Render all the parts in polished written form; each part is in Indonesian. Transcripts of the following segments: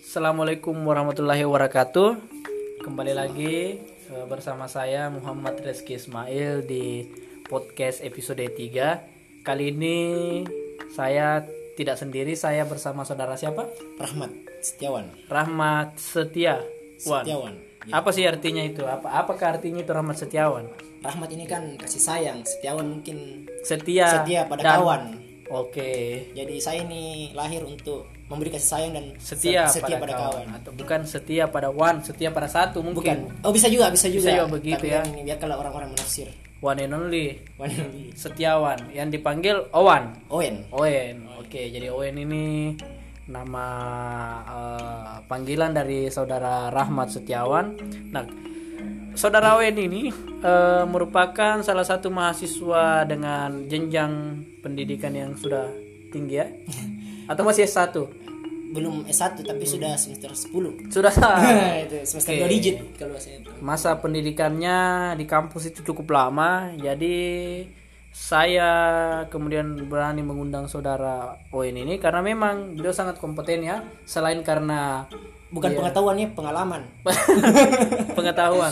Assalamualaikum warahmatullahi wabarakatuh. Kembali lagi bersama saya Muhammad Rezki Ismail di podcast episode 3. Kali ini saya tidak sendiri, saya bersama saudara siapa? Rahmat Setiawan. Rahmat Setiawan. Ya. Apa sih artinya itu? Apakah artinya itu Rahmat Setiawan? Rahmat ini kan kasih sayang, Setiawan mungkin Setia pada dan kawan. Oke. Jadi saya ini lahir untuk memberi kasih sayang dan Setia pada kawan. Atau bukan setia pada one, setia pada satu mungkin. Bukan. Oh bisa juga. Bisa juga begitu tapi ya. Ini biar kalau orang-orang menafsir. One and only. One and only. Setiawan yang dipanggil Owan. Owen. Oke, jadi Owen ini nama panggilan dari saudara Rahmat Setiawan. Nah, saudara Owen ini merupakan salah satu mahasiswa dengan jenjang pendidikan yang sudah tinggi ya. Atau masih S1? Belum S1 tapi sudah semester 10. Sudah Itu semester 2 digit kalau saya itu. Masa pendidikannya di kampus itu cukup lama, jadi saya kemudian berani mengundang saudara Owen ini karena memang beliau sangat kompeten ya. Selain karena Bukan pengetahuannya, pengalaman. pengetahuan.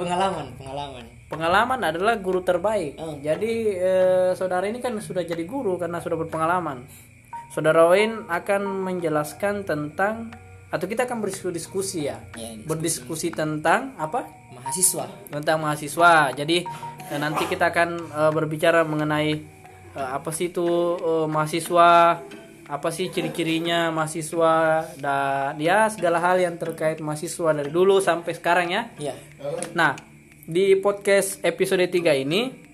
Pengalaman adalah guru terbaik. Jadi saudara ini kan sudah jadi guru karena sudah berpengalaman. Saudara Owen akan menjelaskan tentang, atau kita akan berdiskusi ya, berdiskusi tentang apa? Tentang mahasiswa. Jadi nanti kita akan berbicara mengenai apa sih itu mahasiswa, apa sih ciri-cirinya mahasiswa, dan ya segala hal yang terkait mahasiswa dari dulu sampai sekarang ya. Nah, di podcast episode 3 ini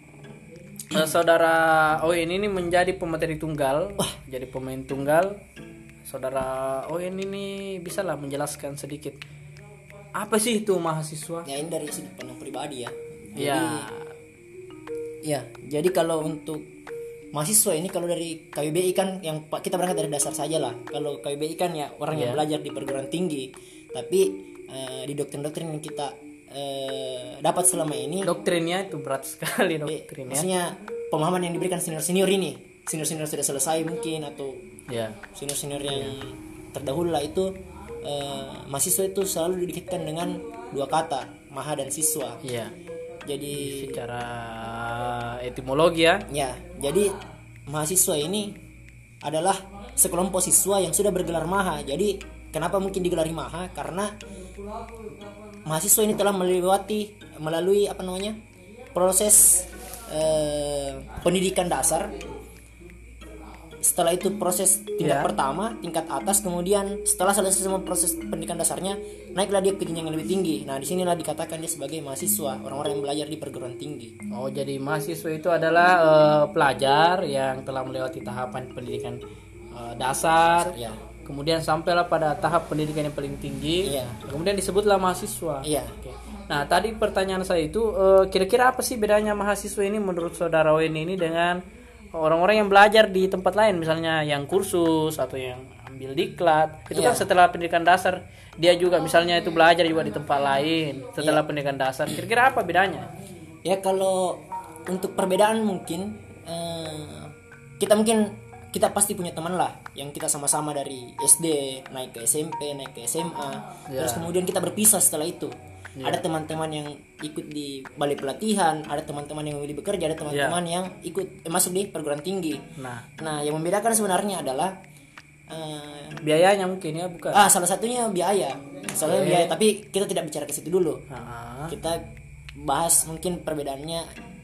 saudara Owen ini menjadi pemateri tunggal. Jadi pemain tunggal. Saudara Owen ini bisalah menjelaskan sedikit apa sih itu mahasiswa? Ya, ini dari sudut pandang pribadi ya. Jadi kalau untuk mahasiswa ini, kalau dari KBBI kan yang kita berangkat dari dasar saja lah. Kalau KBBI kan ya orang yang belajar di perguruan tinggi, tapi di doktrin-doktrin yang kita dapat selama ini, doktrinnya itu berat sekali doktrinnya. Maksudnya pemahaman yang diberikan senior ini, senior sudah selesai mungkin, atau senior yang terdahulu lah, itu mahasiswa itu selalu dikaitkan dengan dua kata, maha dan siswa. Jadi secara etimologi ya. Jadi mahasiswa ini adalah sekelompok siswa yang sudah bergelar maha. Jadi kenapa mungkin digelari maha? Karena mahasiswa ini telah melalui proses pendidikan dasar. Setelah itu proses tingkat pertama, tingkat atas, kemudian setelah selesai semua proses pendidikan dasarnya, naiklah dia ke jenjang yang lebih tinggi. Nah, disinilah dikatakan dia sebagai mahasiswa, orang-orang yang belajar di perguruan tinggi. Oh, jadi mahasiswa itu adalah pelajar yang telah melewati tahapan pendidikan dasar. Kemudian sampailah pada tahap pendidikan yang paling tinggi. Kemudian disebutlah mahasiswa. Okay. Nah, tadi pertanyaan saya itu kira-kira apa sih bedanya mahasiswa ini menurut saudara Wen ini dengan orang-orang yang belajar di tempat lain, misalnya yang kursus atau yang ambil diklat. Itu kan setelah pendidikan dasar, dia juga misalnya itu belajar juga di tempat lain setelah pendidikan dasar. Kira-kira apa bedanya? Ya, kalau untuk perbedaan mungkin kita pasti punya teman lah yang kita sama-sama dari SD naik ke SMP, naik ke SMA, terus kemudian kita berpisah setelah itu. Ada teman-teman yang ikut di balai pelatihan, ada teman-teman yang memilih bekerja, ada teman-teman yang ikut masuk di perguruan tinggi. Nah, yang membedakan sebenarnya adalah biayanya mungkin ya, bukan? Salah satunya biaya. Biaya, tapi kita tidak bicara ke situ dulu. Kita bahas mungkin perbedaannya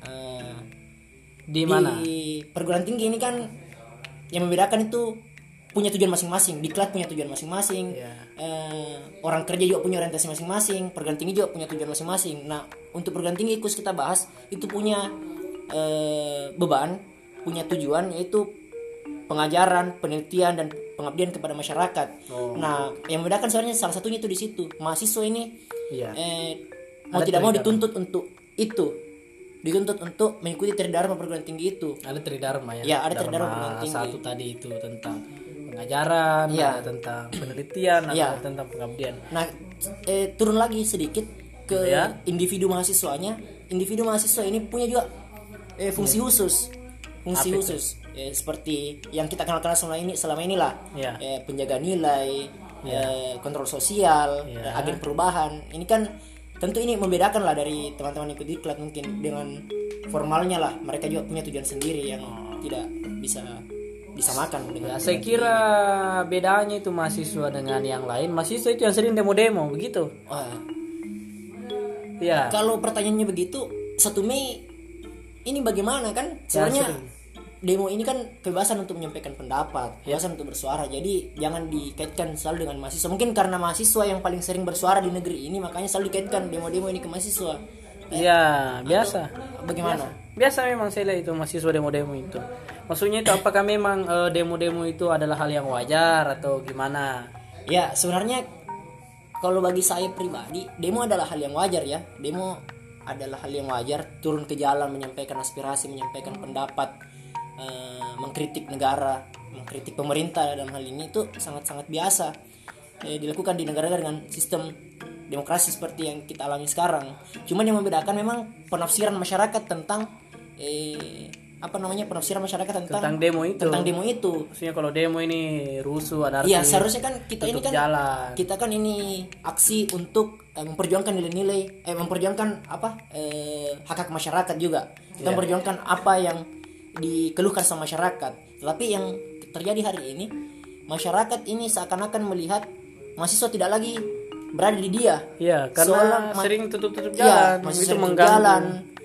di mana? Di perguruan tinggi ini kan yang membedakan itu punya tujuan masing-masing, diklat punya tujuan masing-masing, orang kerja juga punya orientasi masing-masing, perguruan tinggi juga punya tujuan masing-masing. Nah, untuk perguruan tinggi khusus kita bahas itu punya beban, punya tujuan, yaitu pengajaran, penelitian, dan pengabdian kepada masyarakat. Nah, yang membedakan sebenarnya salah satunya itu di situ. Mahasiswa ini mau tidak mau dituntut untuk itu. Dituntut untuk mengikuti tridharma perguruan tinggi itu. Ada tridharma ya. Ya, ada tridharma perguruan tinggi. Satu tadi itu tentang pengajaran, ada tentang penelitian, ada tentang pengabdian. Nah, turun lagi sedikit ke individu mahasiswanya. Individu mahasiswa ini punya juga fungsi khusus. Seperti yang kita kenal selama inilah. Penjaga nilai, kontrol sosial, agen perubahan. Ini kan tentu ini membedakan lah dari teman-teman ikut diklat mungkin dengan formalnya lah. Mereka juga punya tujuan sendiri yang tidak bisa disamakan dengan. Saya kira bedanya itu mahasiswa dengan yang lain. Mahasiswa itu yang sering demo-demo begitu. Ya. Kalau pertanyaannya begitu, 1 Mei ini bagaimana kan? Sebenarnya demo ini kan kebebasan untuk menyampaikan pendapat, kebebasan untuk bersuara. Jadi jangan dikaitkan selalu dengan mahasiswa. Mungkin karena mahasiswa yang paling sering bersuara di negeri ini, makanya selalu dikaitkan demo-demo ini ke mahasiswa. Iya, biasa. Bagaimana? Biasa memang saya lihat itu mahasiswa demo-demo itu. Maksudnya itu apakah memang demo-demo itu adalah hal yang wajar atau gimana? Ya, sebenarnya kalau bagi saya pribadi, demo adalah hal yang wajar ya. Demo adalah hal yang wajar, turun ke jalan menyampaikan aspirasi, menyampaikan pendapat, mengkritik negara, mengkritik pemerintah dalam hal ini itu sangat-sangat biasa dilakukan di negara dengan sistem demokrasi seperti yang kita alami sekarang. Cuman yang membedakan memang penafsiran masyarakat tentang penafsiran masyarakat tentang demo itu. Tentang demo itu. Maksudnya kalau demo ini rusuh, anarkis. Iya, seharusnya kan kita ini kan jalan. Kita kan ini aksi untuk memperjuangkan nilai-nilai, memperjuangkan hak-hak masyarakat juga. Kita memperjuangkan apa yang dikeluhkan sama masyarakat. Tapi yang terjadi hari ini, masyarakat ini seakan-akan melihat mahasiswa tidak lagi berada di dia. Iya, karena sering tutup-tutup jalan. Masih itu mengganggu jalan,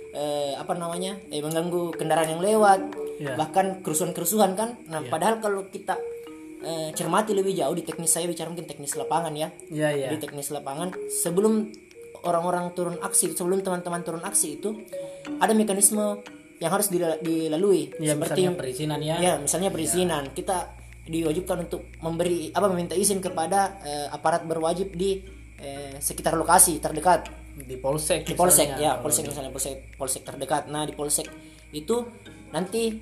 mengganggu kendaraan yang lewat, bahkan kerusuhan-kerusuhan kan. Nah, padahal kalau kita cermati lebih jauh di teknis, saya bicara mungkin teknis lapangan ya. Di teknis lapangan, sebelum orang-orang turun aksi, sebelum teman-teman turun aksi itu ada mekanisme yang harus dilalui. Seperti perizinan misalnya perizinan. Kita diwajibkan untuk meminta izin kepada aparat berwajib di sekitar lokasi terdekat. Di polsek misalnya polsek terdekat. Nah, di polsek itu nanti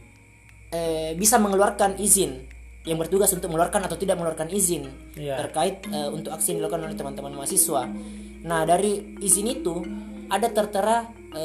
bisa mengeluarkan izin, yang bertugas untuk mengeluarkan atau tidak mengeluarkan izin terkait untuk aksi yang dilakukan oleh teman-teman mahasiswa. Nah, dari izin itu ada tertera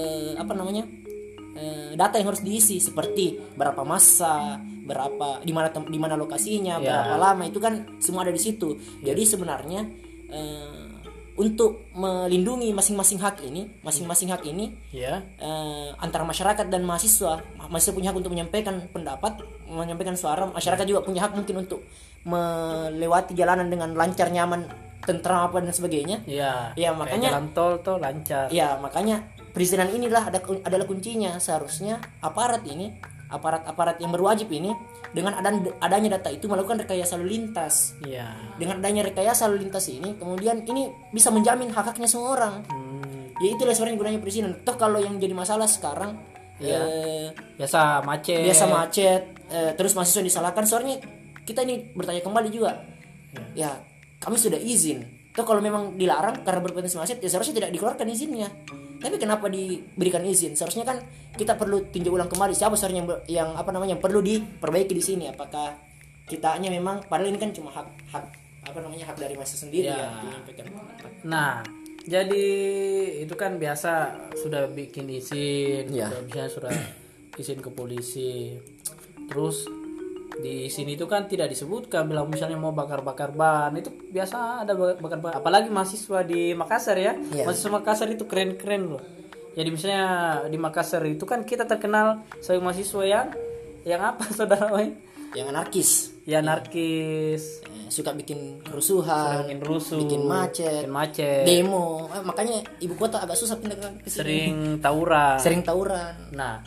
data yang harus diisi, seperti berapa massa, berapa di mana lokasinya, berapa lama, itu kan semua ada di situ. Jadi sebenarnya untuk melindungi masing-masing hak ini antara masyarakat dan mahasiswa punya hak untuk menyampaikan pendapat, menyampaikan suara. Masyarakat juga punya hak mungkin untuk melewati jalanan dengan lancar, nyaman, tentram dan sebagainya. Makanya jalan tol lancar. Makanya perizinan inilah adalah kuncinya. Seharusnya aparat yang berwajib ini, dengan adanya data itu melakukan rekayasa lalu lintas. Dengan adanya rekayasa lalu lintas ini, kemudian ini bisa menjamin hak-haknya semua orang. Ya itulah sebenarnya gunanya perizinan. Toh kalau yang jadi masalah sekarang biasa macet, terus mahasiswa disalahkan. Soalnya kita ini bertanya kembali juga. Kami sudah izin. Toh kalau memang dilarang karena berpotensi macet, ya seharusnya tidak dikeluarkan izinnya. Tapi kenapa diberikan izin? Seharusnya kan kita perlu tinjau ulang kembali siapa seharusnya yang perlu diperbaiki di sini. Apakah kitanya memang, padahal ini kan cuma hak dari mahasiswa sendiri menyampaikan. Nah, jadi itu kan biasa sudah bikin izin, misalnya sudah izin ke polisi. Terus di sini itu kan tidak disebutkan bila misalnya mau bakar-bakar ban, itu biasa ada bakar ban. Apalagi mahasiswa di Makassar mahasiswa Makassar itu keren-keren loh. Jadi misalnya di Makassar itu kan kita terkenal sebagai mahasiswa yang apa saudara Wayne? Yang anarkis. Suka bikin kerusuhan, bikin macet, demo. Makanya ibu kota agak susah pindah ke sini. Sering tawuran. Nah,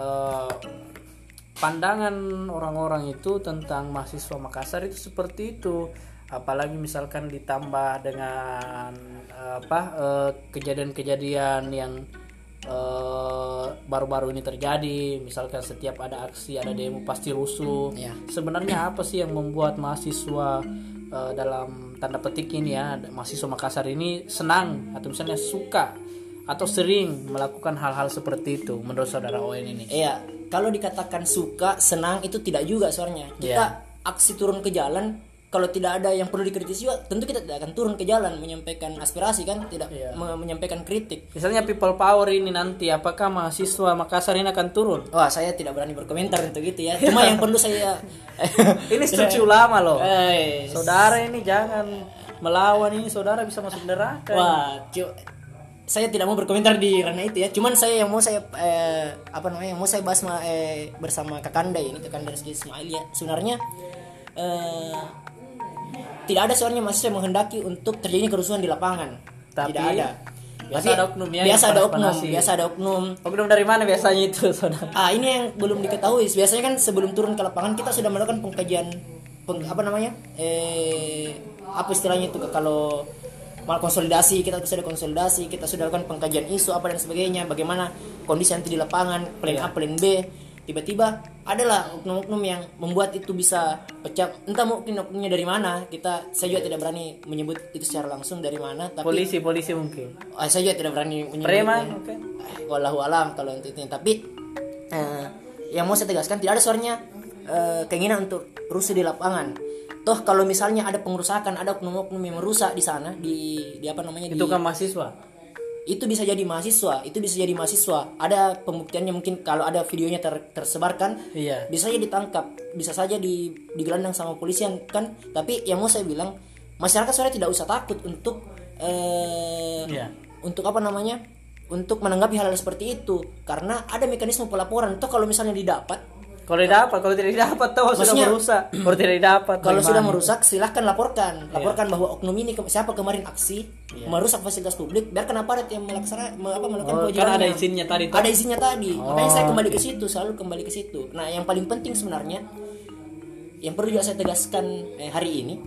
pandangan orang-orang itu tentang mahasiswa Makassar itu seperti itu. Apalagi misalkan ditambah dengan kejadian-kejadian yang baru-baru ini terjadi. Misalkan setiap ada aksi, ada demo pasti rusuh. Sebenarnya apa sih yang membuat mahasiswa dalam tanda petik ini mahasiswa Makassar ini senang atau misalnya suka atau sering melakukan hal-hal seperti itu menurut saudara Owen ini? Kalau dikatakan suka, senang itu tidak juga soalnya. Kita aksi turun ke jalan kalau tidak ada yang perlu dikritisi juga, tentu kita tidak akan turun ke jalan menyampaikan aspirasi kan, tidak menyampaikan kritik. Misalnya people power ini nanti, apakah mahasiswa Makassar ini akan turun? Wah, saya tidak berani berkomentar untuk gitu ya. Cuma yang perlu saya ini instruksi ulama loh. Saudara ini jangan melawan, ini saudara bisa masuk neraka. Wah, saya tidak mau berkomentar di ranah itu ya. Cuman saya yang mau saya yang mau saya bahas bersama Kakanda ini, Kakanda Rizky Ismail ya. Sebenarnya tidak ada seorang mahasiswa yang menghendaki untuk terjadi kerusuhan di lapangan. Tapi, tidak ada. Biasa ada oknum ya. Biasa ada oknum. Oknum dari mana biasanya itu, saudara? Ini yang belum diketahui. Biasanya kan sebelum turun ke lapangan kita sudah melakukan pengkajian apa istilahnya itu, kalau konsolidasi, kita sudah konsolidasi, kita sudah lakukan pengkajian isu apa dan sebagainya, bagaimana kondisi nanti di lapangan, plan A, plan B. Tiba-tiba adalah oknum-oknum yang membuat itu bisa pecah, entah mungkin oknumnya dari mana, saya juga tidak berani menyebut itu secara langsung dari mana, tapi polisi mungkin. Saya juga tidak berani menyebut preman mungkin. Wallahu alam kalau untuk itu. Tapi yang mau saya tegaskan, tidak ada suaranya keinginan untuk rusuh di lapangan. Toh kalau misalnya ada pengerusakan, ada oknum-oknum yang merusak di sana, di apa namanya, itu kan mahasiswa. Itu bisa jadi mahasiswa, ada pembuktiannya, mungkin kalau ada videonya tersebarkan, bisa saja ditangkap, bisa saja digelandang sama polisian kan. Tapi yang mau saya bilang, masyarakat sebenarnya tidak usah takut untuk untuk apa namanya, untuk menanggapi hal-hal seperti itu, karena ada mekanisme pelaporan. Toh kalau misalnya kalau tidak didapat tahu sudah merusak. Kalau tidak didapat, kalau sudah merusak, silahkan laporkan bahwa oknum ini siapa kemarin aksi merusak fasilitas publik. Biarkan aparat yang melakukan kewajibannya. Kan ada izinnya tadi. Ada izinnya tadi. Makanya saya selalu kembali ke situ. Nah, yang paling penting sebenarnya, yang perlu juga saya tegaskan hari ini,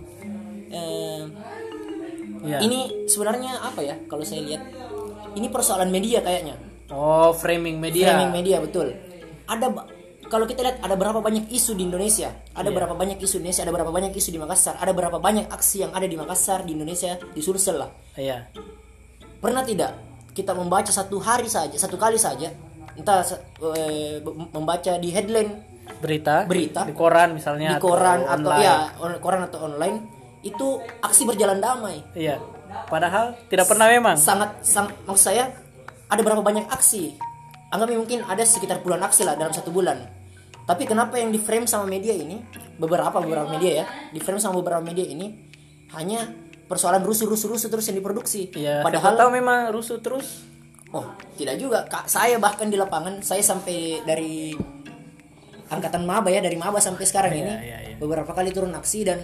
ini sebenarnya apa ya? Kalau saya lihat, ini persoalan media kayaknya. Framing media. Framing media, betul. Kalau kita lihat ada berapa banyak isu di Indonesia, ada berapa banyak isu di Indonesia, ada berapa banyak isu di Makassar, ada berapa banyak aksi yang ada di Makassar, di Indonesia, di Sulsel lah. Pernah tidak kita membaca satu kali saja, entah membaca di headline berita di koran misalnya, di koran atau online, itu aksi berjalan damai. Padahal tidak pernah memang. Sangat maksud saya, ada berapa banyak aksi? Anggap mungkin ada sekitar puluhan aksi lah dalam satu bulan. Tapi kenapa yang di frame sama media ini, beberapa media ya, di frame sama beberapa media ini hanya persoalan rusuh terus yang diproduksi. Padahal tahu memang rusuh terus. Tidak juga. Saya bahkan di lapangan, saya sampai dari angkatan maba ya, dari maba sampai sekarang ini beberapa kali turun aksi, dan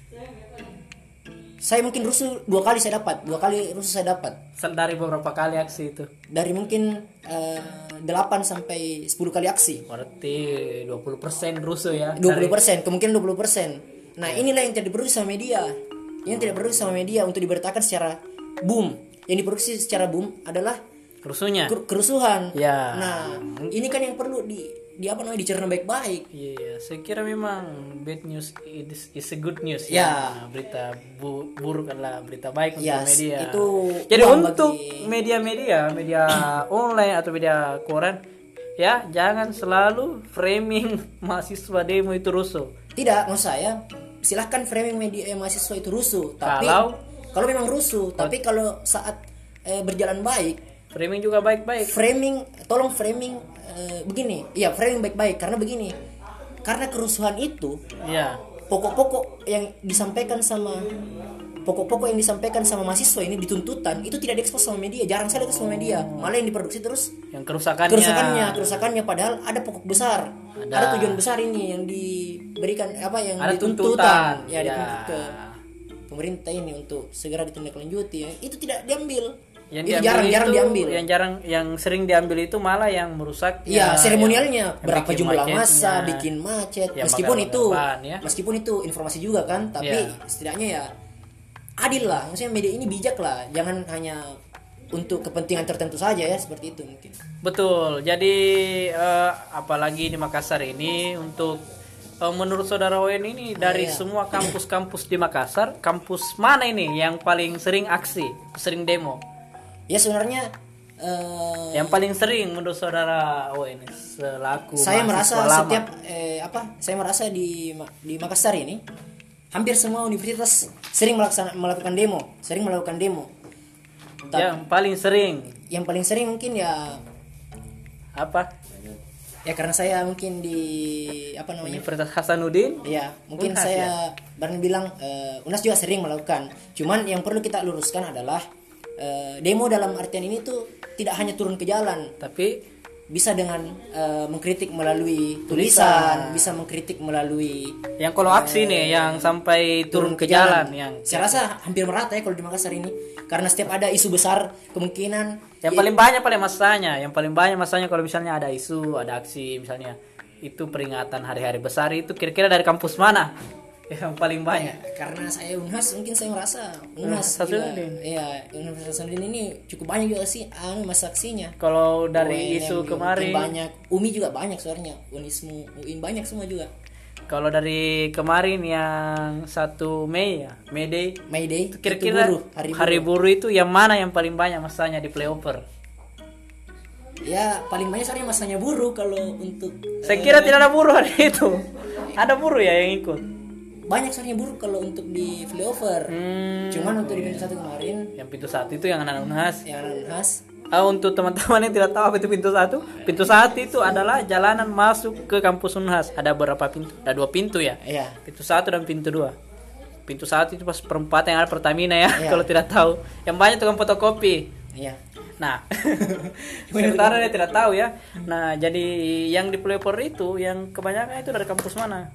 saya mungkin rusuh 2 kali rusuh saya dapat. Dari beberapa kali aksi itu? Dari mungkin 8 sampai 10 kali aksi. Berarti 20% rusuh ya? 20%, kemungkinan 20%. Nah, inilah yang tidak diproduksi sama media. Yang tidak diproduksi sama media untuk diberitakan secara boom. Yang diproduksi secara boom adalah kerusuhan. Nah, ini kan yang perlu dicerna baik-baik. Saya kira memang bad news is a good news. Berita buruk adalah berita baik untuk media. Jadi untuk media online atau media koran, jangan selalu framing mahasiswa demo itu rusuh. Tidak, maksud saya, silahkan framing media mahasiswa itu rusuh. Tapi kalau memang rusuh, tapi kalau saat berjalan baik, framing juga baik-baik. Tolong framing begini. Framing baik-baik, karena begini. Karena kerusuhan itu, pokok-pokok yang disampaikan sama mahasiswa ini dituntutan itu tidak diekspos sama media, jarang sekali itu sama media. Malah yang diproduksi terus yang kerusakannya, padahal ada pokok besar, ada tujuan besar ini yang diberikan, yang ada tuntutan dituntut ke pemerintah ini untuk segera ditindaklanjuti. Itu tidak diambil. Yang sering diambil itu malah yang merusak seremonialnya, berapa jumlah massa, bikin macet. Meskipun itu informasi juga kan, tapi setidaknya adil lah, maksudnya media ini bijak lah, jangan hanya untuk kepentingan tertentu saja ya, seperti itu mungkin. Betul. Jadi apalagi di Makassar ini, untuk menurut saudara Owen ini dari semua kampus-kampus di Makassar, kampus mana ini yang paling sering aksi, sering demo? Ya sebenarnya yang paling sering menurut saudara ini selaku saya merasa lama. Saya merasa di Makassar ini hampir semua universitas sering melakukan demo. Yang paling sering mungkin ya apa? Ya karena saya mungkin di apa namanya? Universitas Hasanuddin. Ya, mungkin Unhas, saya bareng bilang UNAS juga sering melakukan. Cuman yang perlu kita luruskan adalah demo dalam artian ini tuh tidak hanya turun ke jalan, tapi bisa dengan mengkritik melalui tulisan, bisa mengkritik melalui yang kalau aksi nih yang sampai turun ke jalan yang saya rasa hampir merata ya kalau di Makassar ini, karena setiap ada isu besar kemungkinan yang paling banyak masanya kalau misalnya ada isu, ada aksi misalnya itu peringatan hari-hari besar itu kira-kira dari kampus mana yang paling banyak? Ya, karena saya UNHAS mungkin saya merasa UNHAS Universitas Hasanuddin ini cukup banyak juga sih masa aksinya. Kalau dari isu kemarin banyak, UMI juga banyak soalnya, UIN banyak semua juga. Kalau dari kemarin yang 1 Mei ya, May Day itu kira-kira hari buruh itu yang mana yang paling banyak masanya di playover? Ya paling banyak soalnya masanya buruh kalau untuk. Saya kira tidak ada buruh hari itu. Ada buruh ya yang ikut. Banyak soalnya buruh kalau untuk di flyover. Cuman untuk di pintu 1 kemarin, yang pintu 1 itu yang anak UNHAS. Untuk teman-teman yang tidak tahu apa itu pintu 1 itu adalah jalanan masuk ke kampus UNHAS. Ada berapa pintu? Ada 2 pintu ya. Iya. Pintu 1 dan pintu 2. Pintu 1 itu pas perempatan yang ada Pertamina ya. Kalau tidak tahu, yang banyak tukang fotokopi. Iya. Nah, sementara dia tidak tahu ya. Nah, jadi yang di flyover itu yang kebanyakan itu dari kampus mana?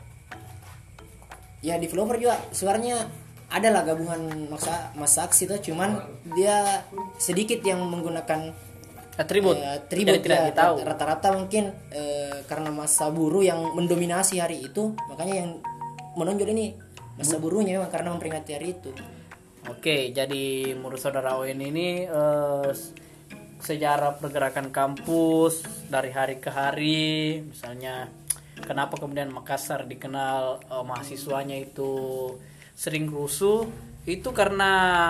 Ya di flyover juga sebenarnya ada lah gabungan masa aksi itu, cuman dia sedikit yang menggunakan atribut tidak tahu. Rata-rata mungkin karena masa buruh yang mendominasi hari itu, makanya yang menonjol ini masa buruhnya memang karena memperingati hari itu. Oke, jadi menurut saudara Owen ini sejarah pergerakan kampus dari hari ke hari, misalnya kenapa kemudian Makassar dikenal mahasiswanya itu sering rusuh, itu karena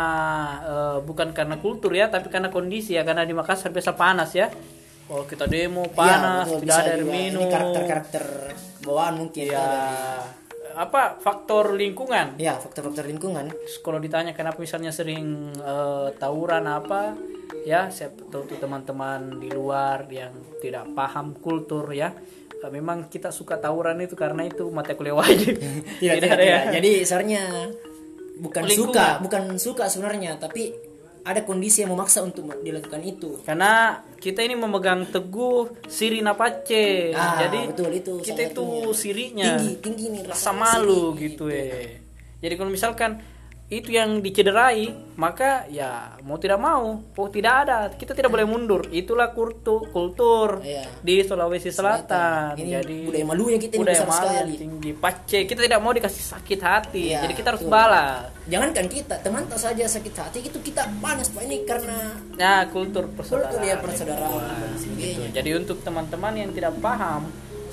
bukan karena kultur ya, tapi karena kondisi ya, karena di Makassar biasa panas ya. Oh, kita demo panas, betul, tidak ada air minum. Ini karakter bawaan mungkin ya. Apa faktor lingkungan? Ya, faktor lingkungan. Kalau ditanya kenapa misalnya sering tawuran apa, ya saya tahu tuh teman-teman di luar yang tidak paham kultur ya. Memang kita suka tawuran itu karena itu mata kuliah wajib. tidak ada ya. Jadi sebenarnya bukan suka sebenarnya, tapi ada kondisi yang memaksa untuk dilakukan itu. Karena kita ini memegang teguh siri napace. Jadi betul, itu kita itu sirinya tinggi nih, rasa malu gitu ya. Jadi kalau misalkan itu yang dicederai, maka ya mau tidak mau, tidak ada, kita tidak boleh mundur. Itulah kultur di Sulawesi Selatan. Ini jadi budaya malunya kita ini besar sekali. Tinggi pace, kita tidak mau dikasih sakit hati. Jadi kita harus balas. Jangankan kita, teman tak saja sakit hati itu kita panas Pak, ini karena kultur persaudaraan. Gitu. Jadi untuk teman-teman yang tidak paham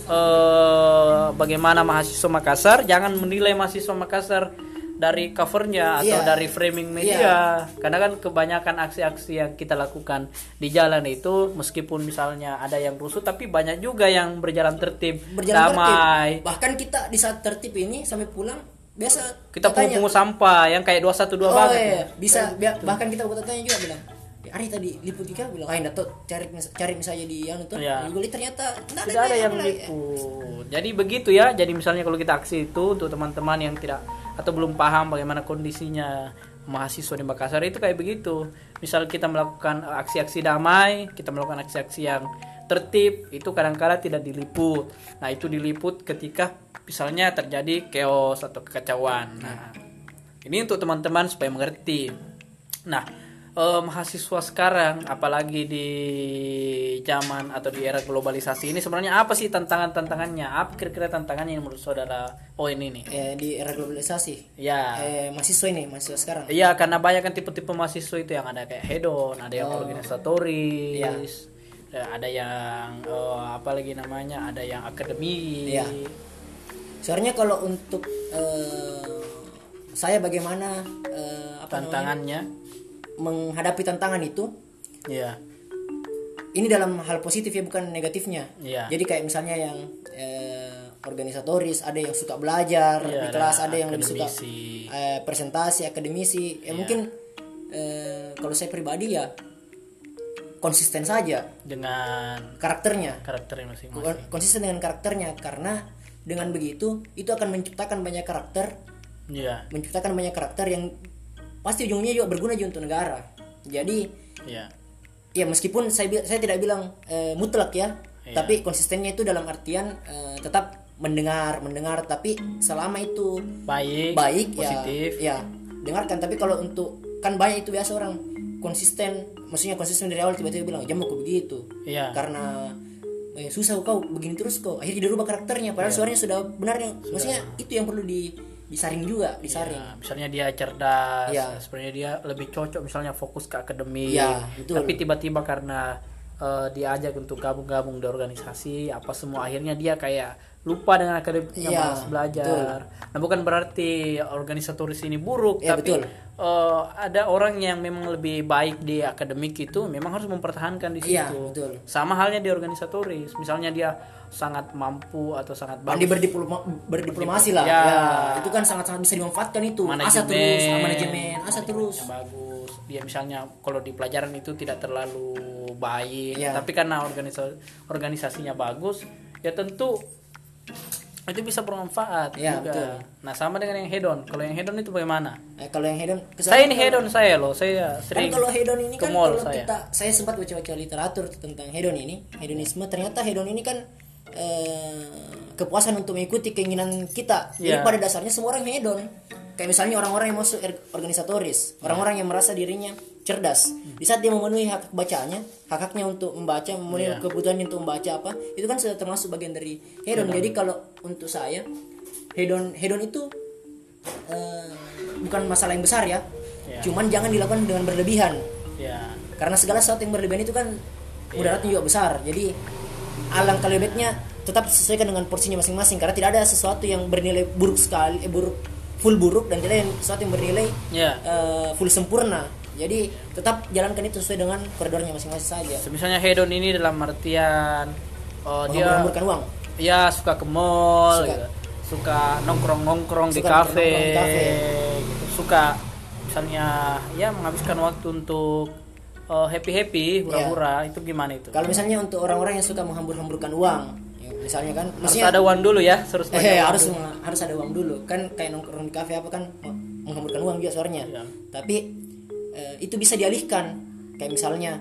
bagaimana mahasiswa Makassar, jangan menilai mahasiswa Makassar dari covernya atau dari framing media. Karena kan kebanyakan aksi-aksi yang kita lakukan di jalan itu, meskipun misalnya ada yang rusuh, tapi banyak juga yang berjalan tertib, damai. Bahkan kita di saat tertib ini sampai pulang biasa kita pungut sampah yang kayak 212 banget. Bisa bahkan kita buat tanya juga bilang, hari tadi liput juga bilang, Dato cari misalnya di yang itu, ternyata tidak ada yang liput. Jadi begitu ya. Jadi misalnya kalau kita aksi itu untuk teman-teman yang tidak atau belum paham bagaimana kondisinya mahasiswa di Makassar itu kayak begitu. Misal kita melakukan aksi-aksi damai, kita melakukan aksi-aksi yang tertib, itu kadang-kadang tidak diliput. Nah, itu diliput ketika misalnya terjadi chaos atau kekacauan. Nah, ini untuk teman-teman supaya mengerti. Nah, mahasiswa sekarang, apalagi di zaman atau di era globalisasi ini, sebenarnya apa sih tantangannya? Apa kira-kira tantangannya menurut saudara Owen ini? Di era globalisasi. Ya. Mahasiswa sekarang. Iya, karena banyak kan tipe-tipe mahasiswa itu yang ada kayak hedon, ada yang organisatoris, ada yang apalagi namanya, ada yang akademi. Iya. Sebenarnya kalau untuk saya bagaimana tantangannya? Menghadapi tantangan itu, ini dalam hal positif ya, bukan negatifnya. Jadi kayak misalnya yang organisatoris, ada yang suka belajar di kelas, ada yang lebih suka akademisi. presentasi, akademisi. Mungkin kalau saya pribadi ya konsisten saja Dengan karakternya, masing-masing. konsisten dengan karakternya, karena dengan begitu itu akan menciptakan banyak karakter, menciptakan banyak karakter yang pasti ujungnya juga berguna juga untuk negara. Jadi ya meskipun saya tidak bilang mutlak ya, tapi konsistennya itu dalam artian tetap mendengar, tapi selama itu baik positif, ya dengarkan. Tapi kalau untuk, kan banyak itu biasa orang konsisten, maksudnya konsisten dari awal tiba-tiba bilang jam aku begitu karena susah kau begini terus kau, akhirnya dirubah karakternya padahal suaranya sudah benarnya. Maksudnya itu yang perlu disaring juga, disaring. Misalnya dia cerdas, sebenarnya dia lebih cocok misalnya fokus ke akademik, tapi tiba-tiba karena diajak untuk gabung di organisasi apa semua, akhirnya dia kayak lupa dengan akademiknya, malas belajar. Nah, bukan berarti organisatoris ini buruk, tapi ada orang yang memang lebih baik di akademik itu memang harus mempertahankan di situ. Sama halnya di organisatoris, misalnya dia sangat mampu atau sangat bagus berdiplomasi lah, itu kan sangat-sangat bisa dimanfaatkan itu. Manajemen asa terus bagus. Dia misalnya kalau di pelajaran itu tidak terlalu baik, tapi karena organisasinya bagus, ya tentu itu bisa bermanfaat juga. Betul. Nah, sama dengan yang hedon. Kalau yang hedon itu bagaimana? Kalau yang hedon, saya ini hedon saya loh. Saya sering kan kalau hedon ini ke kan mall kalau saya sempat baca-baca literatur tentang hedon ini, hedonisme. Ternyata hedon ini kan kepuasan untuk mengikuti keinginan kita. Jadi pada dasarnya semua orang hedon. Kayak misalnya orang-orang yang masuk organisatoris, orang-orang yang merasa dirinya cerdas. Di saat dia memenuhi hak bacanya, hak-haknya untuk membaca, memenuhi kebutuhan untuk membaca apa, itu kan sudah termasuk bagian dari hedon. Jadi kalau untuk saya, hedon itu bukan masalah yang besar ya. Cuman jangan dilakukan dengan berlebihan. Karena segala sesuatu yang berlebihan itu kan mudaratnya juga besar. Jadi alangkah lebih baiknya tetap disesuaikan dengan porsinya masing-masing, karena tidak ada sesuatu yang bernilai buruk sekali, full buruk, dan tidak ada sesuatu yang bernilai full sempurna. Jadi tetap jalankan itu sesuai dengan koridornya masing-masing saja. Misalnya hedon ini dalam artian dia menghamburkan uang. Ya, suka ke mall, suka nongkrong di kafe, gitu. Suka misalnya menghabiskan waktu untuk happy hura-hura, itu gimana itu? Kalau misalnya untuk orang-orang yang suka menghambur-hamburkan uang, misalnya kan harus ada uang dulu ya, harus ada uang dulu kan. Kayak nongkrong di kafe apa kan menghamburkan uang juga suaranya. Tapi itu bisa dialihkan, kayak misalnya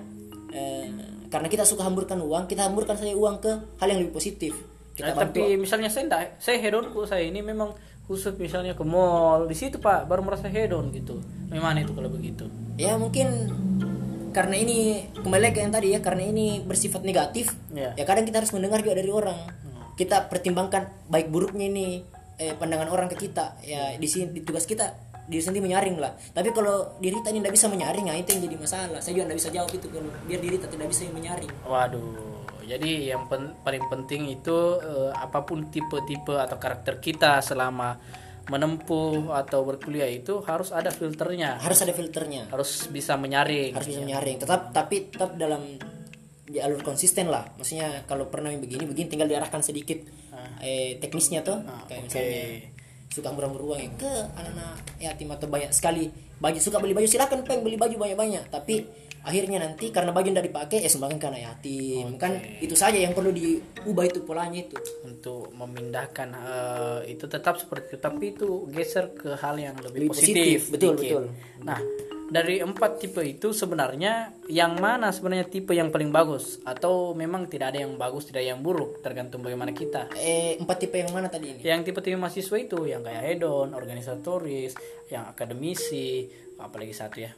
karena kita suka hamburkan uang, kita hamburkan saja uang ke hal yang lebih positif. Tapi misalnya saya hedonku saya ini memang khusus misalnya ke mall, di situ Pak baru merasa hedon gitu. Gimana itu kalau begitu? Ya mungkin karena ini kembali ke yang tadi ya, karena ini bersifat negatif. Ya kadang kita harus mendengar juga dari orang. Kita pertimbangkan baik buruknya ini pandangan orang ke kita. Ya di sini tugas kita diri sendiri menyaring lah. Tapi kalau diri kita ini tidak bisa menyaring, itu yang jadi masalah. Saya juga tidak bisa jawab itu kalau biar diri kita tidak bisa menyaring. Waduh. Jadi yang paling penting itu apapun tipe-tipe atau karakter kita selama menempuh atau berkuliah itu harus ada filternya. Harus bisa menyaring. Tapi tetap dalam jalur konsisten lah. Maksudnya kalau pernah begini tinggal diarahkan sedikit teknisnya tuh. Kayak misalnya suka hambur-hambur uang ke anak-anak yatim atau banyak sekali baju, suka beli baju, silakan beli baju banyak-banyak, tapi akhirnya nanti karena baju tidak dipakai sumbangkan ke anak yatim. Kan itu saja yang perlu diubah, itu polanya itu untuk memindahkan itu tetap seperti itu, tapi itu geser ke hal yang lebih positif. Betul. Nah, dari 4 tipe itu sebenarnya yang mana sebenarnya tipe yang paling bagus, atau memang tidak ada yang bagus, tidak ada yang buruk, tergantung bagaimana kita. 4 tipe yang mana tadi ini? Yang tipe-tipe mahasiswa itu yang kayak hedon, organisatoris, yang akademisi, apalagi satu ya.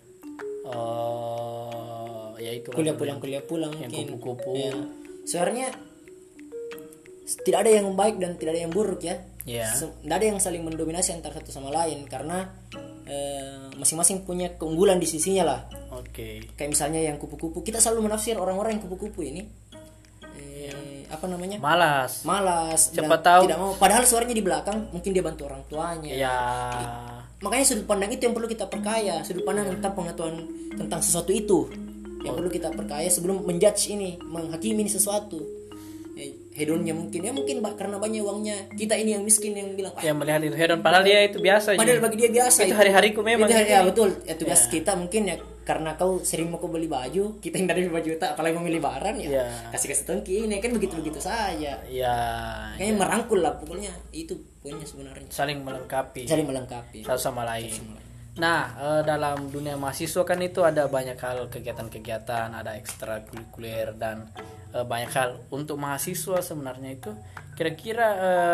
Yaitu kuliah pulang yang mungkin kupu-kupu. Sebenarnya tidak ada yang baik dan tidak ada yang buruk ya. Tidak ada yang saling mendominasi antara satu sama lain, karena masing-masing punya keunggulan di sisinya lah. Kayak misalnya yang kupu-kupu, kita selalu menafsir orang-orang yang kupu-kupu ini apa namanya, malas cepat tahu, tidak mau, padahal suaranya di belakang mungkin dia bantu orang tuanya. Makanya sudut pandang itu yang perlu kita perkaya, sudut pandang tentang pengetahuan tentang sesuatu itu yang perlu kita perkaya sebelum menjudge ini, menghakimi ini sesuatu. hedonnya mungkin karena banyak uangnya, kita ini yang miskin yang bilang yang melihat itu hedon, padahal dia itu biasa. Padahal bagi dia biasa. Itu hari-hariku memang. Ya betul. Ya tugas kita mungkin ya, karena kau sering mau kau beli baju, kita yang dari 5 juta apalagi memilih barang ya. Kasih tongki ini kan begitu saja. Ya. Kayaknya merangkul lah pokoknya, itu poinnya sebenarnya. Saling melengkapi. Satu sama lain. Nah, dalam dunia mahasiswa kan itu ada banyak hal, kegiatan-kegiatan, ada ekstrakurikuler dan banyak hal untuk mahasiswa sebenarnya itu. Kira-kira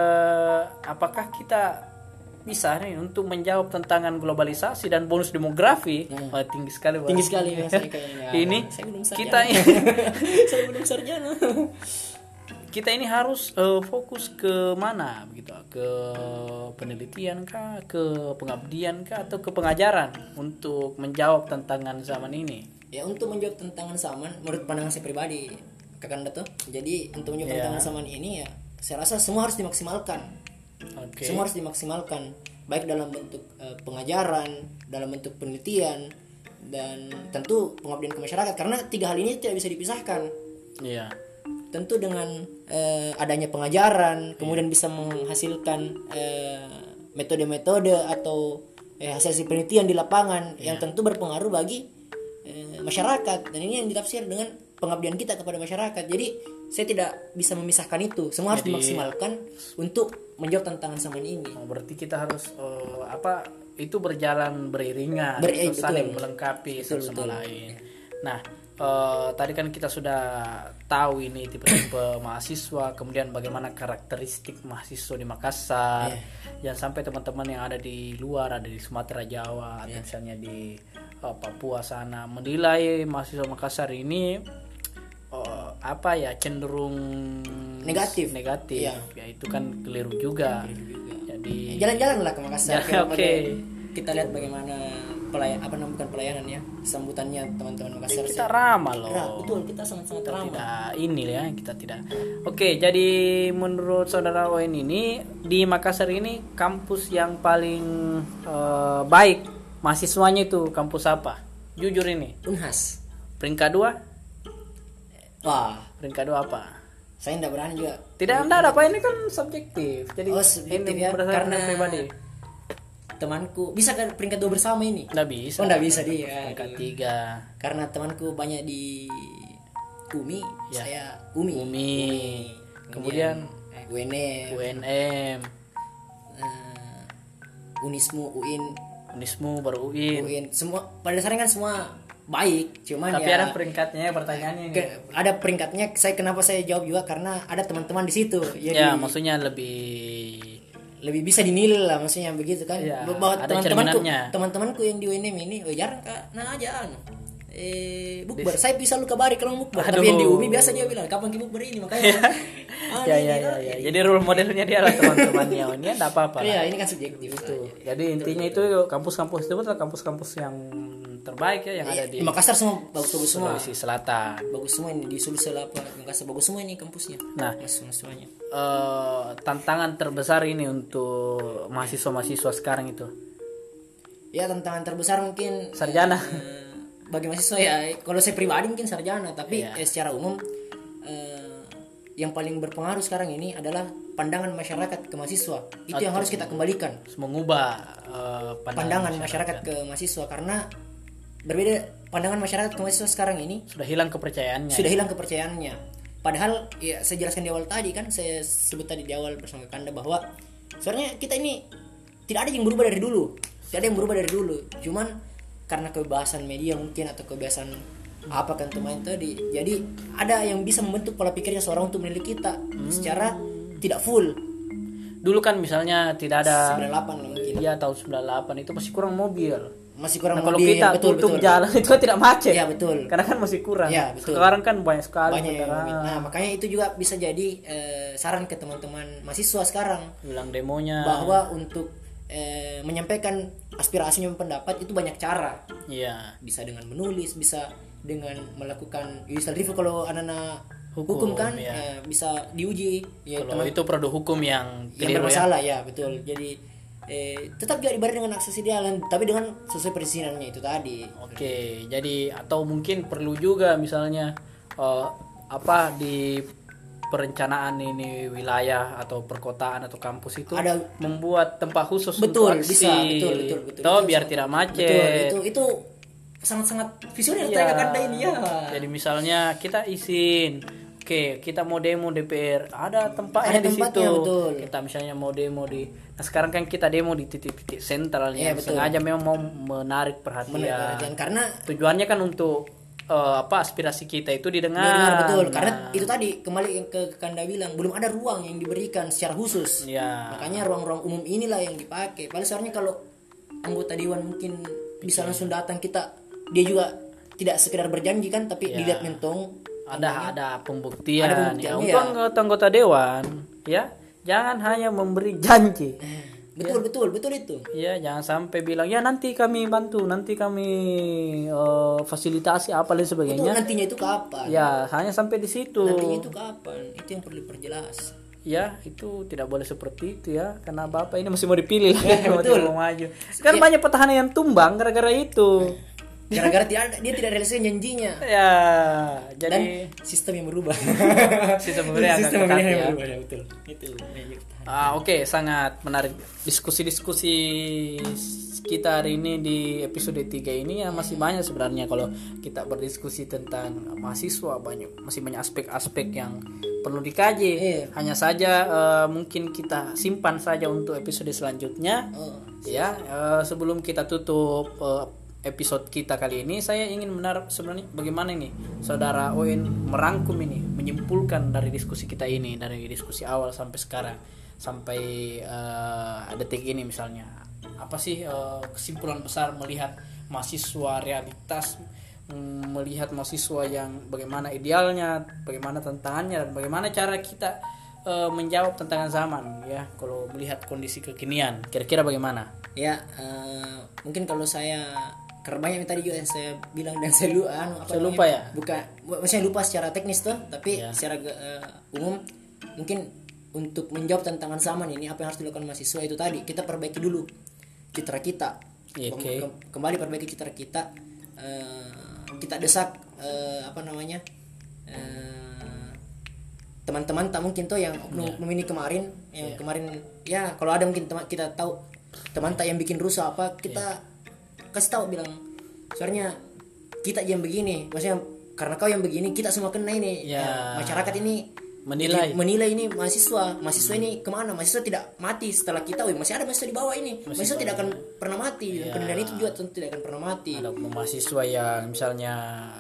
apakah kita bisa nih untuk menjawab tantangan globalisasi dan bonus demografi? Tinggi sekali ya, saya kayaknya. Ini saya belum kita saya belum sarjana. Kita ini harus fokus ke mana begitu, ke penelitian kah, ke pengabdian kah, atau ke pengajaran untuk menjawab tantangan zaman ini? Ya, untuk menjawab tantangan zaman menurut pandangan saya pribadi Kakanda tuh, jadi untuk menjawab tantangan zaman ini ya saya rasa semua harus dimaksimalkan. Semua harus dimaksimalkan, baik dalam bentuk pengajaran, dalam bentuk penelitian, dan tentu pengabdian ke masyarakat, karena 3 hal ini tidak bisa dipisahkan. Tentu dengan adanya pengajaran, kemudian bisa menghasilkan metode-metode atau hasil penelitian di lapangan yang tentu berpengaruh bagi masyarakat, dan ini yang ditafsir dengan pengabdian kita kepada masyarakat. Jadi saya tidak bisa memisahkan itu, semua harus dimaksimalkan untuk menjawab tantangan zaman ini. Berarti kita harus itu berjalan beriringan, saling melengkapi satu sama lain. Nah, tadi kan kita sudah tahu ini tipe-tipe mahasiswa, kemudian bagaimana karakteristik mahasiswa di Makassar. Jangan sampai teman-teman yang ada di luar, ada di Sumatera, Jawa, atau misalnya di Papua sana menilai mahasiswa Makassar ini cenderung negatif. Ya itu kan keliru juga. Jadi jalan-jalanlah ke Makassar. Kita lihat bagaimana pelayanan ya, sambutannya teman-teman Makassar. Kita ramah loh. Betul, kita sangat-sangat ramah. Kita tidak. Jadi menurut saudara Owen ini di Makassar ini kampus yang paling baik mahasiswanya itu kampus apa? Jujur ini. Unhas. Peringkat 2? Peringkat 2 apa? Saya tidak berani juga. Tidak ada apa, ini kan subjektif. Jadi subjektif ini ya, karena pribadi. Temanku bisa kan peringkat 2 bersama ini? Nggak bisa. Nggak bisa dia. Peringkat 3. Karena temanku banyak di UMI, saya UMI. Kemudian UNM. Unismu baru UIN. Semua pada dasarnya kan semua baik, cuman tapi ada peringkatnya, pertanyaannya ini. Ada peringkatnya. Kenapa saya jawab juga karena ada teman-teman di situ. Jadi, maksudnya lebih bisa dinilai lah, maksudnya begitu kan. Bahwa teman-temanku yang di UNM ini jarang aja bukber. Saya bisa lu kabari kalau bukber. Tapi yang di UMI biasa dia bilang kapan kita bukber ini, makanya. Jadi role modelnya dia lah teman-temannya. Ini enggak apa-apa. Ini kan subjektif itu. Jadi intinya itu kampus-kampus itu adalah kampus-kampus yang terbaik ya yang ada di Makassar. Semua bagus-bagus semua. Sulawesi Selatan. Bagus semua ini di Sulawesi Selatan, Makassar bagus semua ini kampusnya. Nah, semuanya. Tantangan terbesar ini untuk mahasiswa-mahasiswa sekarang itu. Ya, tantangan terbesar mungkin sarjana. Bagi mahasiswa ya, kalau saya pribadi mungkin sarjana, tapi secara umum yang paling berpengaruh sekarang ini adalah pandangan masyarakat ke mahasiswa. Itu yang harus kita kembalikan. Mengubah pandangan masyarakat ke mahasiswa, karena berbeda pandangan masyarakat ke mahasiswa sekarang ini. Sudah hilang kepercayaannya. Padahal ya saya jelaskan di awal tadi kan, saya sebut tadi di awal bersama Kanda bahwa sebenarnya kita ini tidak ada yang berubah dari dulu. Cuman karena kebebasan media mungkin atau kebebasan apa kan teman tadi, jadi ada yang bisa membentuk pola pikirnya seorang untuk menilai kita secara tidak full. Dulu kan misalnya tidak ada 98 mungkin. Iya, tahun 98 itu masih kurang mobil. Kalau kita tutup jalan itu kan tidak macet. Ya betul. Karena kan masih kurang. Ya, betul. Sekarang kan banyak sekali. Nah, makanya itu juga bisa jadi saran ke teman-teman mahasiswa sekarang. Bilang demonya. Bahwa untuk menyampaikan aspirasinya pendapat itu banyak cara. Iya. Bisa dengan menulis, bisa dengan melakukan judicial review kalau anak-anak hukum kan bisa diuji. Ya, kalau itu produk hukum yang bermasalah ya betul. Jadi tetap juga dibarengi dengan akses ideal, tapi dengan sesuai perizinannya itu tadi. Jadi atau mungkin perlu juga misalnya di perencanaan ini wilayah atau perkotaan atau kampus itu Ada membuat tempat khusus betul untuk aksi. bisa betul Toh itu biar sangat- tidak macet. betul itu sangat visioner Iya. mereka Kanda ini ya. Jadi misalnya kita izin, oke kita mau demo DPR, ada tempatnya Ada di situ. tempatnya, betul. Kita misalnya mau demo di, nah sekarang kan kita demo di titik-titik sentralnya, Iya, betul. sengaja memang mau menarik perhatian. Perhatian, karena Tujuannya kan untuk aspirasi kita itu didengar. dengar betul Nah, karena itu tadi kembali ke Kanda bilang belum ada ruang yang diberikan secara khusus. ya. Makanya ruang-ruang umum inilah yang dipakai. Paling sebenarnya kalau anggota dewan mungkin bisa langsung datang dia juga tidak sekedar berjanji kan, tapi dilihat mentong ada pembuktian, Ada pembuktian, ya. iya. Untuk anggota dewan, ya jangan hanya memberi janji. betul itu. Ya, jangan sampai bilang ya nanti kami bantu, nanti kami fasilitasi apa dan Betul, sebagainya. nantinya itu kapan? Ya, hanya sampai di situ. Nantinya itu kapan? Itu yang perlu diperjelas. Ya, itu tidak boleh seperti itu ya, karena Bapak ini masih mau dipilih lagi, betul. mau maju. Sekarang banyak petahana yang tumbang gara-gara itu. Gara-gara dia tidak realisasi janjinya. Ya, Dan jadi sistem yang berubah. sistem pemilihan agak sistem ketat pemilihan yang ya. berubah ya, betul. Itu. Oke, sangat menarik diskusi-diskusi kita hari ini di episode 3 ini ya, masih banyak sebenarnya kalau kita berdiskusi tentang mahasiswa, masih banyak aspek-aspek yang perlu dikaji. Iya. Hanya saja mungkin kita simpan saja untuk episode selanjutnya. Ya, sebelum kita tutup episode kita kali ini, saya ingin sebenarnya bagaimana ini Saudara Owen merangkum ini, menyimpulkan dari diskusi kita ini, dari diskusi awal sampai sekarang, sampai detik ini misalnya, apa sih kesimpulan besar melihat mahasiswa realitas, melihat mahasiswa yang bagaimana idealnya, bagaimana tantangannya, dan bagaimana cara kita menjawab tantangan zaman ya, kalau melihat kondisi kekinian, kira-kira bagaimana? Ya, mungkin kalau saya karena banyak yang tadi juga yang saya bilang dan saya lupa ya. Maksudnya lupa secara teknis tuh, tapi secara umum mungkin untuk menjawab tantangan zaman ini apa yang harus dilakukan mahasiswa itu tadi kita perbaiki dulu citra kita. Kembali perbaiki citra kita. Kita desak teman-teman tak mungkin tuh yang ini kemarin ya, kalau ada mungkin teman kita tahu teman tak yang bikin rusuh apa, kita kasih tahu, bilang soalnya kita yang begini, maksudnya karena kau yang begini kita semua kena ini. Masyarakat ini menilai ini mahasiswa ini kemana, mahasiswa tidak mati setelah kita, masih ada mahasiswa di bawah ini, mahasiswa tidak akan pernah mati, pendidikan itu juga tentu tidak akan pernah mati. Ada mahasiswa yang misalnya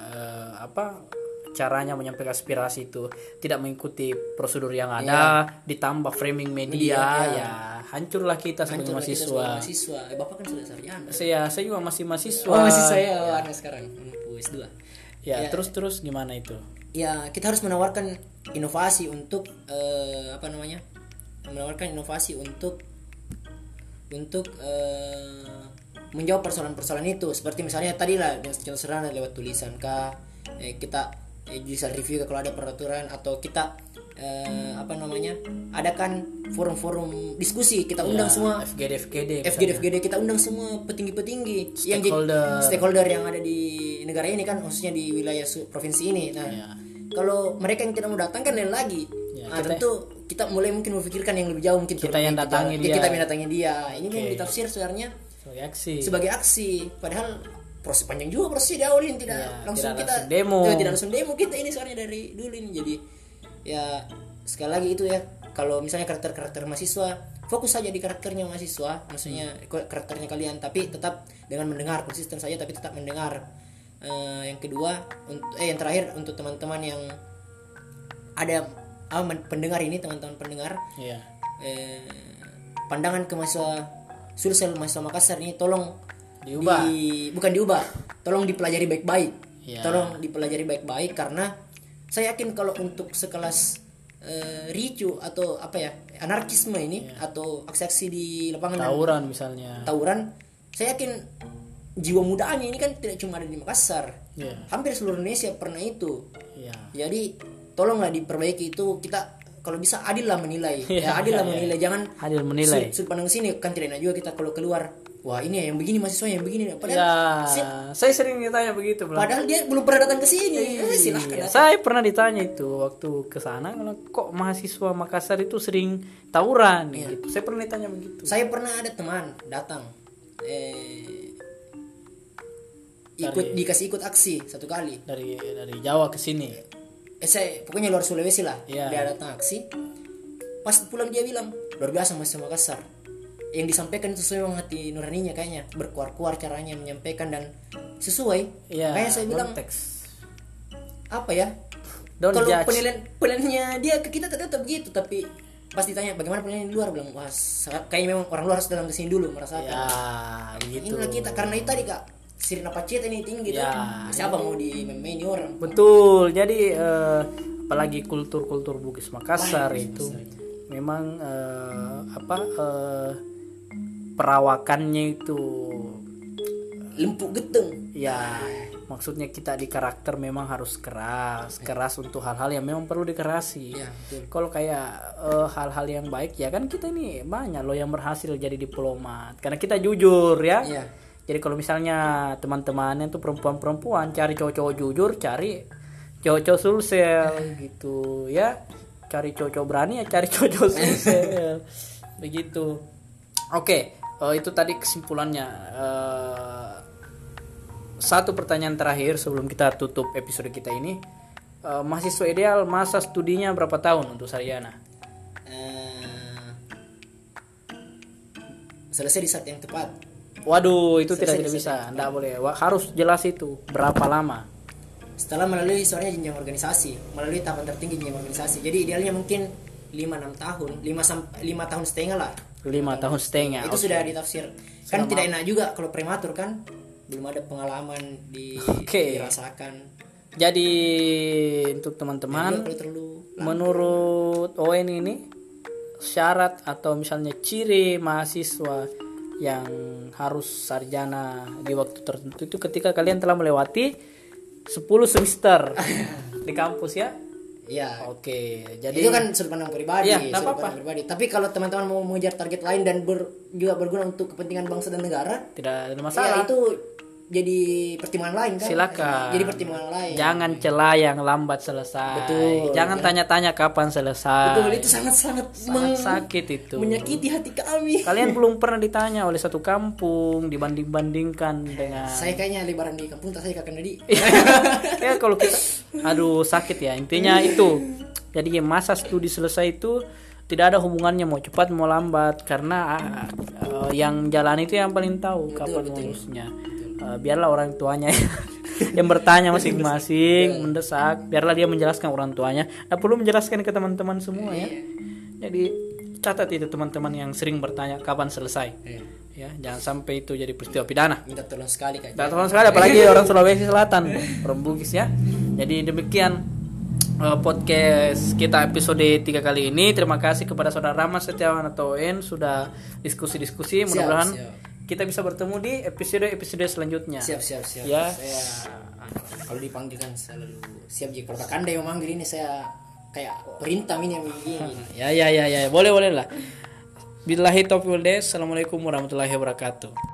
caranya menyampaikan aspirasi itu tidak mengikuti prosedur yang ada, ditambah framing media, ya hancurlah kita sebagai mahasiswa. Bapak kan sudah sarjana. Saya juga masih mahasiswa. Masih saya sekarang S2. Ya, terus gimana itu? Ya, kita harus menawarkan inovasi untuk menawarkan inovasi untuk menjawab persoalan-persoalan itu, seperti misalnya tadi lah yang contoh sederhana lewat tulisan kah, kita judicial review kalau ada peraturan, atau kita adakan forum-forum diskusi, kita undang semua FGD, kita undang semua petinggi-petinggi yang stakeholder yang ada di negara ini kan, khususnya di wilayah provinsi ini. Nah, kalau mereka yang tidak mau datang kan lain lagi. Tentu kita mulai mungkin memikirkan yang lebih jauh, mungkin kita yang datangi dia. Ini memang ditafsir sebenarnya sebagai aksi, padahal proses panjang juga prosesnya di awal ini, tidak langsung demo kita ini soalnya dari dulu ini. Jadi ya sekali lagi itu ya, kalau misalnya karakter mahasiswa, fokus saja di karakternya mahasiswa, maksudnya karakternya kalian, tapi tetap dengan mendengar, konsisten saja tapi tetap mendengar. Yang kedua yang terakhir untuk teman-teman yang ada pendengar ini, teman-teman pendengar, pandangan ke mahasiswa Sulsel, mahasiswa Makassar ini tolong bukan diubah, tolong dipelajari baik-baik. Tolong dipelajari baik-baik, karena saya yakin kalau untuk sekelas ricu atau anarkisme ini, atau aksi-aksi di lapangan, tawuran, saya yakin jiwa mudanya ini kan tidak cuma ada di Makassar, hampir seluruh Indonesia pernah itu. Jadi tolonglah diperbaiki itu, kita kalau bisa adil lah menilai. Adil lah menilai, jangan adil menilai. Sudut pandang sini kan tidak enak juga kita kalau keluar. Wah ini yang begini mahasiswa yang begini. Padahal saya sering ditanya begitu. Padahal dia belum pernah datang ke sini. Silahkan. Saya pernah ditanya itu waktu ke sana, kok mahasiswa Makassar itu sering tawuran gitu. Saya pernah ditanya begitu. Saya pernah ada teman datang dikasih ikut aksi satu kali dari Jawa ke sini. Saya pokoknya luar Sulawesi lah. Dia datang aksi. Pas pulang dia bilang luar biasa mahasiswa Makassar. Yang disampaikan itu sesuai dengan hati nuraninya kayaknya, berkuar-kuar caranya menyampaikan dan sesuai. Kayak saya bilang apa ya? Kalau penilaiannya dia ke kita tetap begitu, tapi pas ditanya bagaimana penilaian di luar, bilang wah kayaknya memang orang luar harus datang ke sini dulu merasakan. Begitu. Inilah kita karena itu tadi Kak, sirna pacet ini tinggi tuh. Siapa mau di-main orang? Betul. Jadi apalagi kultur Bugis Makassar itu memang perawakannya itu lempuk geteng. Maksudnya kita di karakter memang harus keras untuk hal-hal yang memang perlu dikerasi. Kalau kayak hal-hal yang baik ya kan kita ini banyak loh yang berhasil jadi diplomat karena kita jujur ya. Jadi kalau misalnya teman-temannya tuh perempuan-perempuan cari cowok-cowok jujur, cari cowok-cowok sulsel gitu ya. Cari cowok-cowok berani ya cari cowok-cowok sulsel. Begitu. Oke. Itu tadi kesimpulannya. Satu pertanyaan terakhir sebelum kita tutup episode kita ini. Mahasiswa ideal masa studinya berapa tahun untuk Saryana? Selesai di saat yang tepat. Waduh, itu tidak bisa. Tidak boleh. Harus jelas itu. Berapa lama? Setelah melalui soalnya jenjang organisasi, melalui tahapan tertinggi jenjang organisasi. Jadi idealnya mungkin 5-6 tahun, 5 tahun setengah lah. 5 tahun setengah. Itu sudah ditafsir. Kan tidak enak juga kalau prematur kan belum ada pengalaman dirasakan. Jadi untuk teman-teman, menurut ON ini syarat atau misalnya ciri mahasiswa yang harus sarjana di waktu tertentu itu ketika kalian telah melewati 10 semester di kampus ya. Oke. Jadi itu kan sudut pandang pribadi, pribadi. Tapi kalau teman-teman mau mengejar target lain dan juga berguna untuk kepentingan bangsa dan negara, tidak ada masalah. Itu jadi pertimbangan lain kan. Silakan. Jadi pertimbangan lain. Jangan cela yang lambat selesai. Betul. Jangan tanya-tanya kapan selesai. Betul, itu sangat sakit itu. Menyakiti hati kami. Kalian belum pernah ditanya oleh satu kampung dibanding-bandingkan dengan. Saya kayaknya lebaran di kampung tak saya kakak Nadi. Ya kalau kita sakit ya. Intinya itu. Jadi masa studi selesai itu tidak ada hubungannya mau cepat mau lambat karena yang jalan itu yang paling tahu kapan lulusnya. Biarlah orang tuanya yang bertanya masing-masing mendesak, biarlah dia menjelaskan orang tuanya. Nah, perlu menjelaskan ke teman-teman semua ya. Jadi catat itu teman-teman yang sering bertanya kapan selesai. Ya, jangan sampai itu jadi peristiwa pidana. Minta tolong sekali Kak. Minta tolong sekali apalagi orang Sulawesi Selatan, orang Bugis ya. Jadi demikian podcast kita episode 3 kali ini. Terima kasih kepada Saudara Rama Setiawan atau ON sudah diskusi-diskusi. Mudah-mudahan kita bisa bertemu di episode selanjutnya. Siap. Ya. Saya kalau dipanggil kan selalu siap jika kalau Kak Anda yang manggil ini saya kayak perintah ini yang begini. Ya. Boleh lah. Billahi taufiq wal hidayah. Assalamualaikum warahmatullahi wabarakatuh.